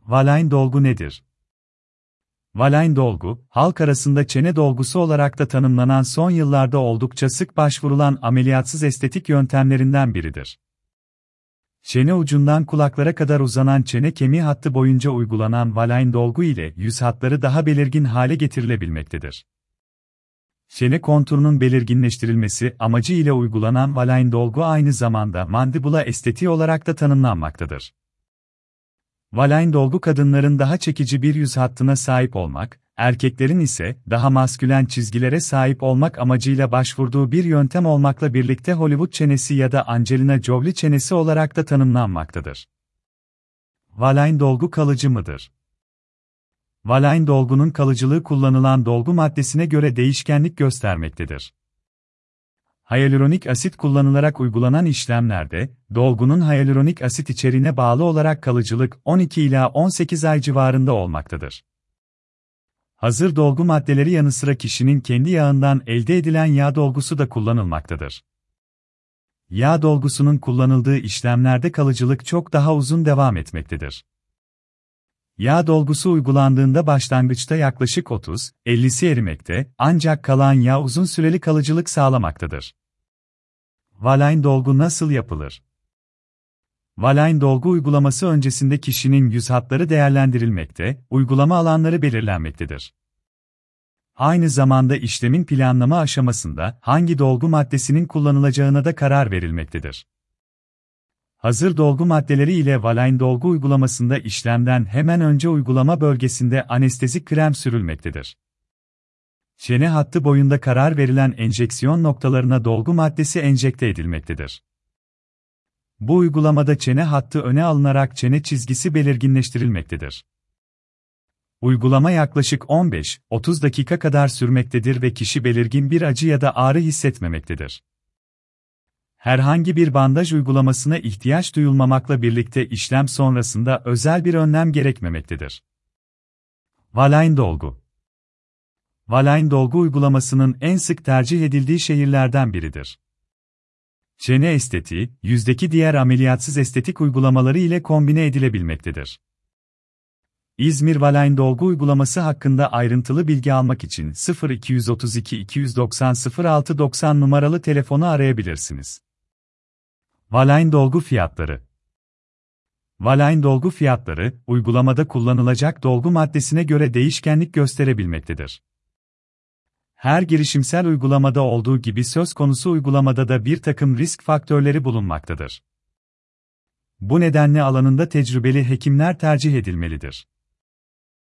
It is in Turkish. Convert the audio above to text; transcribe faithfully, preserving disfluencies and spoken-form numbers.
Valine dolgu nedir? Valine dolgu, halk arasında çene dolgusu olarak da tanımlanan son yıllarda oldukça sık başvurulan ameliyatsız estetik yöntemlerinden biridir. Çene ucundan kulaklara kadar uzanan çene kemiği hattı boyunca uygulanan valine dolgu ile yüz hatları daha belirgin hale getirilebilmektedir. Çene konturunun belirginleştirilmesi amacı ile uygulanan valine dolgu aynı zamanda mandibula estetiği olarak da tanımlanmaktadır. Valine dolgu kadınların daha çekici bir yüz hattına sahip olmak, erkeklerin ise daha maskülen çizgilere sahip olmak amacıyla başvurduğu bir yöntem olmakla birlikte Hollywood çenesi ya da Angelina Jolie çenesi olarak da tanımlanmaktadır. Valine dolgu kalıcı mıdır? Valine dolgunun kalıcılığı kullanılan dolgu maddesine göre değişkenlik göstermektedir. Hyaluronik asit kullanılarak uygulanan işlemlerde, dolgunun hyaluronik asit içeriğine bağlı olarak kalıcılık on iki ila on sekiz ay civarında olmaktadır. Hazır dolgu maddeleri yanı sıra kişinin kendi yağından elde edilen yağ dolgusu da kullanılmaktadır. Yağ dolgusunun kullanıldığı işlemlerde kalıcılık çok daha uzun devam etmektedir. Yağ dolgusu uygulandığında başlangıçta yaklaşık otuz ellisi erimekte, ancak kalan yağ uzun süreli kalıcılık sağlamaktadır. Valine dolgu nasıl yapılır? Valine dolgu uygulaması öncesinde kişinin yüz hatları değerlendirilmekte, uygulama alanları belirlenmektedir. Aynı zamanda işlemin planlama aşamasında hangi dolgu maddesinin kullanılacağına da karar verilmektedir. Hazır dolgu maddeleri ile valine dolgu uygulamasında işlemden hemen önce uygulama bölgesinde anestezik krem sürülmektedir. Çene hattı boyunda karar verilen enjeksiyon noktalarına dolgu maddesi enjekte edilmektedir. Bu uygulamada çene hattı öne alınarak çene çizgisi belirginleştirilmektedir. Uygulama yaklaşık on beş otuz dakika kadar sürmektedir ve kişi belirgin bir acı ya da ağrı hissetmemektedir. Herhangi bir bandaj uygulamasına ihtiyaç duyulmamakla birlikte işlem sonrasında özel bir önlem gerekmemektedir. Valine dolgu. Valine dolgu uygulamasının en sık tercih edildiği şehirlerden biridir. Çene estetiği, yüzdeki diğer ameliyatsız estetik uygulamaları ile kombine edilebilmektedir. İzmir Valine dolgu uygulaması hakkında ayrıntılı bilgi almak için sıfır iki otuz iki iki doksan sıfır altı doksan numaralı telefonu arayabilirsiniz. Valine dolgu fiyatları. Valine dolgu fiyatları, uygulamada kullanılacak dolgu maddesine göre değişkenlik gösterebilmektedir. Her girişimsel uygulamada olduğu gibi söz konusu uygulamada da bir takım risk faktörleri bulunmaktadır. Bu nedenle alanında tecrübeli hekimler tercih edilmelidir.